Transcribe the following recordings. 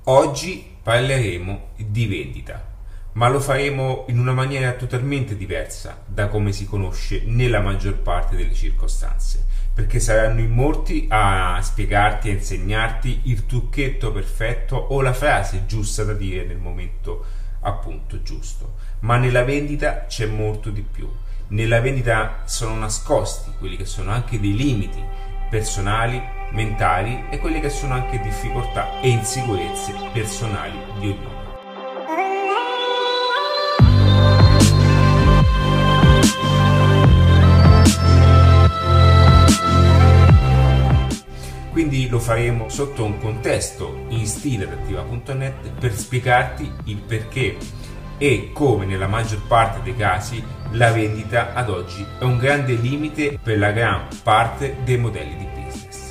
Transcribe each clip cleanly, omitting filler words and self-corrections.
Oggi parleremo di vendita, ma lo faremo in una maniera totalmente diversa da come si conosce nella maggior parte delle circostanze, perché saranno in molti a spiegarti e insegnarti il trucchetto perfetto o la frase giusta da dire nel momento appunto giusto. Ma nella vendita c'è molto di più. Nella vendita sono nascosti quelli che sono anche dei limiti personali, mentali e quelle che sono anche difficoltà e insicurezze personali di ognuno. Quindi lo faremo sotto un contesto in stile adattiva.net per spiegarti il perché e come nella maggior parte dei casi la vendita ad oggi è un grande limite per la gran parte dei modelli di business.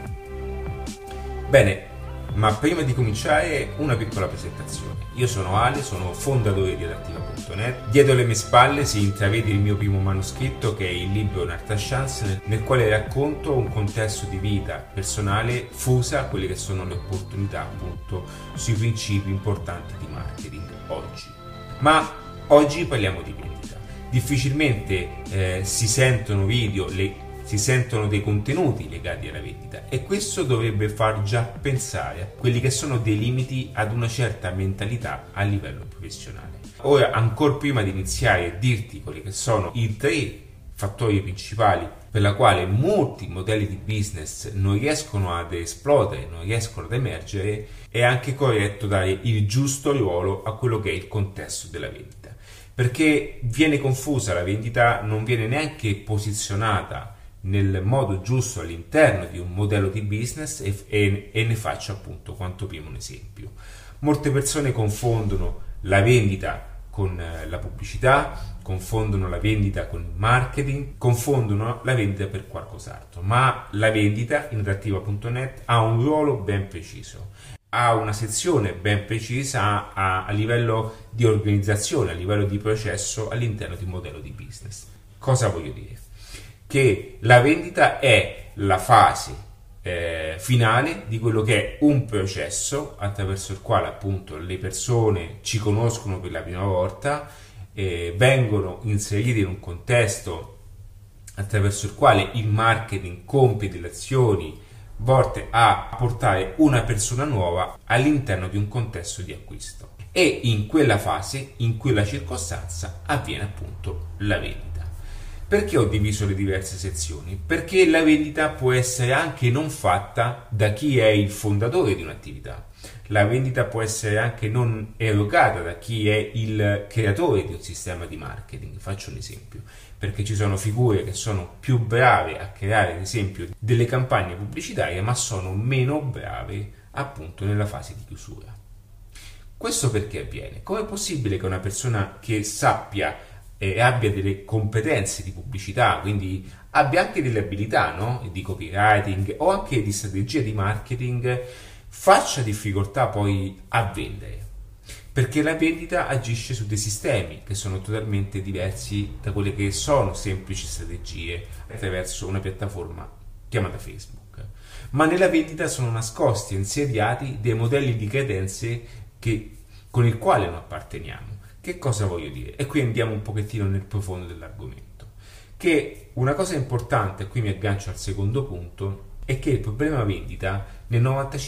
Bene, ma prima di cominciare una piccola presentazione. Io sono Ale, sono fondatore di adattiva.net. Dietro le mie spalle si intravede il mio primo manoscritto, che è il libro Un'Arte a Chance, nel quale racconto un contesto di vita personale fusa a quelle che sono le opportunità appunto sui principi importanti di marketing oggi. Ma oggi parliamo di vendita. Difficilmente si sentono video, si sentono dei contenuti legati alla vendita, e questo dovrebbe far già pensare a quelli che sono dei limiti ad una certa mentalità a livello professionale. Ora, ancora prima di iniziare a dirti quelli che sono i 3 fattori principali per la quale molti modelli di business non riescono ad esplodere, non riescono ad emergere, è anche corretto dare il giusto ruolo a quello che è il contesto della vendita, perché viene confusa la vendita, non viene neanche posizionata nel modo giusto all'interno di un modello di business e ne faccio appunto quanto prima un esempio. Molte persone confondono la vendita con la pubblicità, confondono la vendita con il marketing, confondono la vendita per qualcos'altro, ma la vendita in adattiva.net ha un ruolo ben preciso, ha una sezione ben precisa a livello di organizzazione, a livello di processo all'interno di un modello di business. Cosa voglio dire? Che la vendita è la fase finale di quello che è un processo attraverso il quale appunto le persone ci conoscono per la prima volta, vengono inserite in un contesto attraverso il quale il marketing compie delle azioni volte a portare una persona nuova all'interno di un contesto di acquisto, e in quella fase, in quella circostanza avviene appunto la vendita. Perché ho diviso le diverse sezioni? Perché la vendita può essere anche non fatta da chi è il fondatore di un'attività. La vendita può essere anche non erogata da chi è il creatore di un sistema di marketing. Faccio un esempio, perché ci sono figure che sono più brave a creare, ad esempio, delle campagne pubblicitarie, ma sono meno brave appunto nella fase di chiusura. Questo perché avviene? Com'è possibile che una persona che sappia e abbia delle competenze di pubblicità, quindi abbia anche delle abilità, no? Di copywriting o anche di strategia di marketing, faccia difficoltà poi a vendere? Perché la vendita agisce su dei sistemi che sono totalmente diversi da quelle che sono semplici strategie attraverso una piattaforma chiamata Facebook. Ma nella vendita sono nascosti e insediati dei modelli di credenze con il quale non apparteniamo. Che cosa voglio dire? E qui andiamo un pochettino nel profondo dell'argomento. Che una cosa importante, e qui mi aggancio al secondo punto, è che il problema vendita nel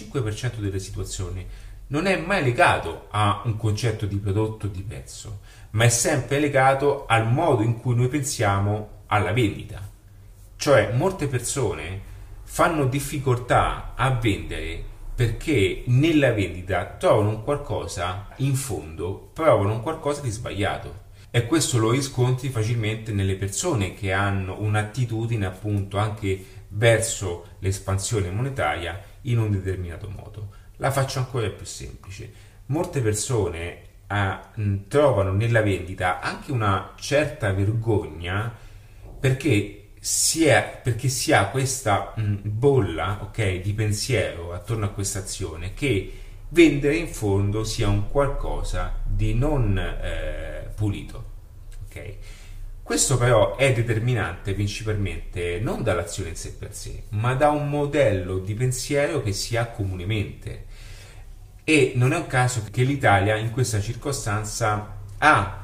95% delle situazioni non è mai legato a un concetto di prodotto o di prezzo, ma è sempre legato al modo in cui noi pensiamo alla vendita. Cioè, molte persone fanno difficoltà a vendere perché nella vendita trovano un qualcosa in fondo, provano un qualcosa di sbagliato, e questo lo riscontri facilmente nelle persone che hanno un'attitudine appunto anche verso l'espansione monetaria in un determinato modo. La faccio ancora più semplice: molte persone trovano nella vendita anche una certa vergogna perché si ha questa bolla, ok, di pensiero attorno a questa azione, che vendere in fondo sia un qualcosa di non pulito, ok? Questo però è determinante principalmente non dall'azione in sé per sé, ma da un modello di pensiero che si ha comunemente. E non è un caso che l'Italia in questa circostanza ha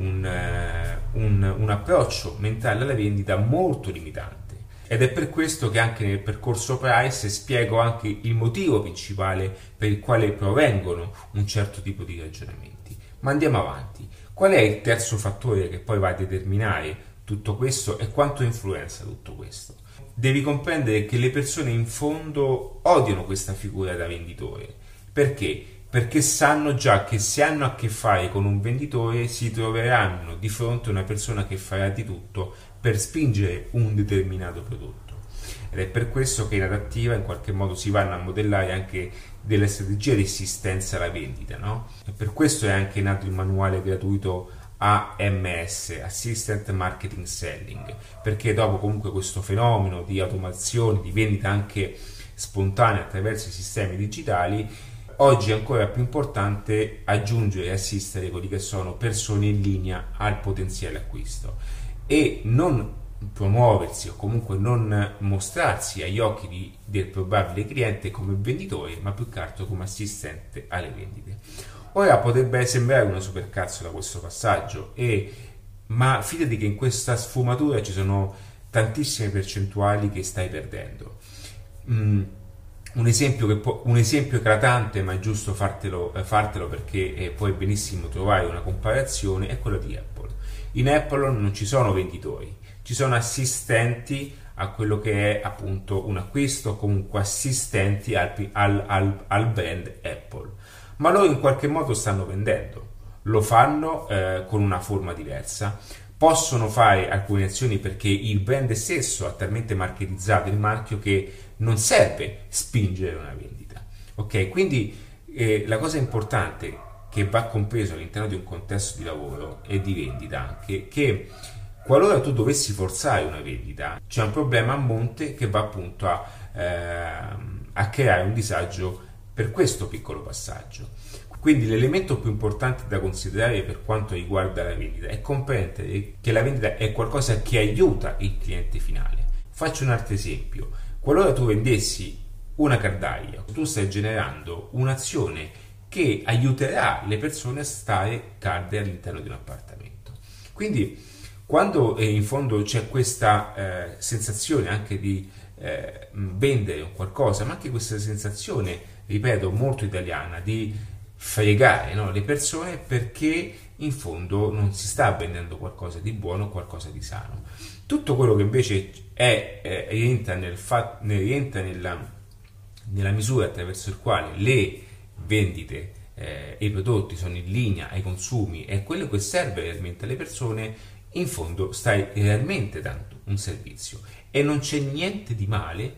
un approccio mentale alla vendita molto limitante. Ed è per questo che anche nel percorso Price spiego anche il motivo principale per il quale provengono un certo tipo di ragionamenti. Ma andiamo avanti. Qual è il terzo fattore che poi va a determinare tutto questo e quanto influenza tutto questo? Devi comprendere che le persone in fondo odiano questa figura da venditore. Perché? Perché sanno già che se hanno a che fare con un venditore si troveranno di fronte a una persona che farà di tutto per spingere un determinato prodotto. Ed è per questo che in adattiva in qualche modo si vanno a modellare anche delle strategie di assistenza alla vendita, no? E per questo è anche nato il manuale gratuito AMS, Assistant Marketing Selling, perché dopo comunque questo fenomeno di automazione, di vendita anche spontanea attraverso i sistemi digitali, oggi è ancora più importante aggiungere e assistere quelli che sono persone in linea al potenziale acquisto e non promuoversi o comunque non mostrarsi agli occhi del probabile cliente come venditore, ma più che altro come assistente alle vendite. Ora potrebbe sembrare una supercazzola questo passaggio, ma fidati che in questa sfumatura ci sono tantissime percentuali che stai perdendo. Un esempio eclatante, ma è giusto fartelo perché puoi benissimo trovare una comparazione, è quello di Apple. In Apple non ci sono venditori, ci sono assistenti a quello che è appunto un acquisto, comunque assistenti al brand Apple. Ma loro in qualche modo stanno vendendo, lo fanno con una forma diversa, possono fare alcune azioni perché il brand stesso ha talmente marketizzato il marchio che non serve spingere una vendita. Ok, quindi la cosa importante che va compreso all'interno di un contesto di lavoro e di vendita anche che qualora tu dovessi forzare una vendita c'è un problema a monte che va appunto a creare un disagio per questo piccolo passaggio. Quindi l'elemento più importante da considerare per quanto riguarda la vendita è comprendere che la vendita è qualcosa che aiuta il cliente finale. Faccio un altro esempio. Qualora tu vendessi una caldaia, tu stai generando un'azione che aiuterà le persone a stare calde all'interno di un appartamento. Quindi quando in fondo c'è questa sensazione anche di vendere un qualcosa, ma anche questa sensazione, ripeto, molto italiana, di fregare, no, le persone perché in fondo non si sta vendendo qualcosa di buono, qualcosa di sano. Tutto quello che invece rientra nella misura attraverso il quale le vendite e i prodotti sono in linea ai consumi e quello che serve realmente alle persone, in fondo stai realmente dando un servizio e non c'è niente di male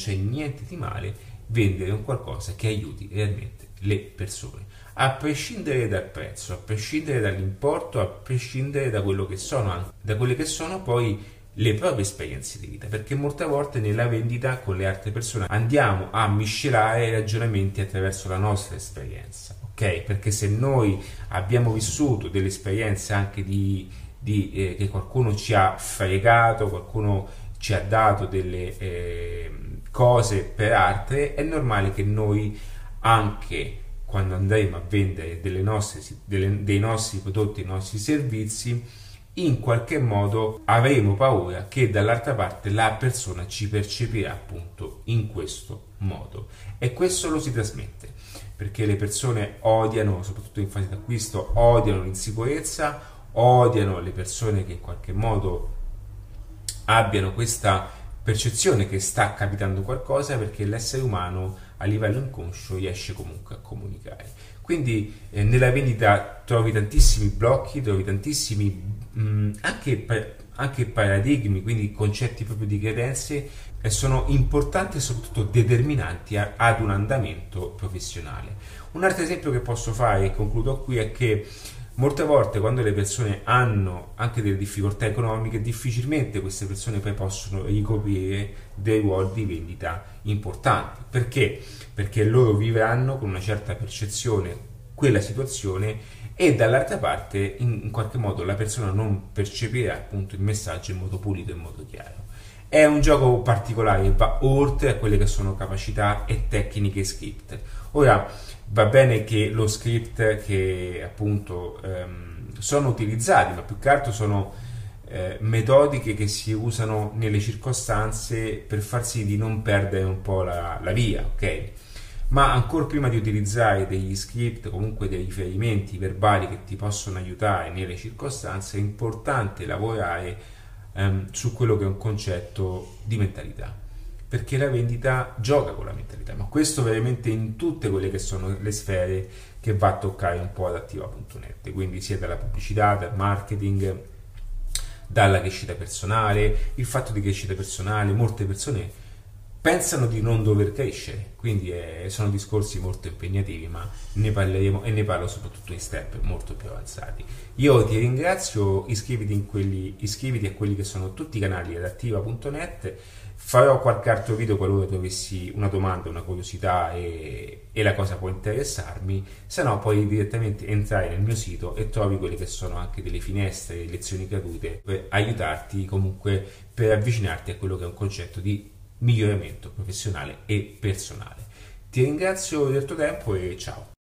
vendere un qualcosa che aiuti realmente le persone, a prescindere dal prezzo, a prescindere dall'importo, a prescindere da quello che sono, da quelle che sono poi le proprie esperienze di vita, perché molte volte nella vendita con le altre persone andiamo a miscelare i ragionamenti attraverso la nostra esperienza, ok? Perché se noi abbiamo vissuto delle esperienze anche che qualcuno ci ha fregato, qualcuno ci ha dato delle cose per altre, è normale che noi anche quando andremo a vendere dei nostri prodotti, dei nostri servizi, in qualche modo avremo paura che dall'altra parte la persona ci percepirà appunto in questo modo, e questo lo si trasmette perché le persone odiano, soprattutto in fase d'acquisto, odiano l'insicurezza, odiano le persone che in qualche modo abbiano questa percezione che sta capitando qualcosa, perché l'essere umano a livello inconscio riesce comunque a comunicare. Quindi nella vendita trovi tantissimi blocchi, trovi tantissimi anche paradigmi, quindi concetti proprio di credenze, e sono importanti e soprattutto determinanti ad un andamento professionale. Un altro esempio che posso fare e concludo qui è che molte volte quando le persone hanno anche delle difficoltà economiche, difficilmente queste persone poi possono ricoprire dei ruoli di vendita importanti. Perché? Perché loro vivranno con una certa percezione quella situazione e dall'altra parte in qualche modo la persona non percepirà appunto il messaggio in modo pulito e in modo chiaro. È un gioco particolare che va oltre a quelle che sono capacità e tecniche scritte. Ora, va bene che lo script che appunto sono utilizzati, ma più che altro sono metodiche che si usano nelle circostanze per far sì di non perdere un po' la via, ok? Ma ancora prima di utilizzare degli script, comunque dei riferimenti verbali che ti possono aiutare nelle circostanze, è importante lavorare su quello che è un concetto di mentalità, perché la vendita gioca con la mentalità, ma questo veramente in tutte quelle che sono le sfere che va a toccare un po' ad Attiva.net, quindi sia dalla pubblicità, dal marketing, dalla crescita personale. Il fatto di crescita personale, molte persone pensano di non dover crescere, quindi sono discorsi molto impegnativi, ma ne parleremo e ne parlo soprattutto in step molto più avanzati. Io ti ringrazio, iscriviti a quelli che sono tutti i canali ad Attiva.net. Farò qualche altro video qualora tu avessi una domanda, una curiosità e la cosa può interessarmi, se no puoi direttamente entrare nel mio sito e trovi quelle che sono anche delle finestre, lezioni gratuite per aiutarti comunque, per avvicinarti a quello che è un concetto di miglioramento professionale e personale. Ti ringrazio del tuo tempo e ciao!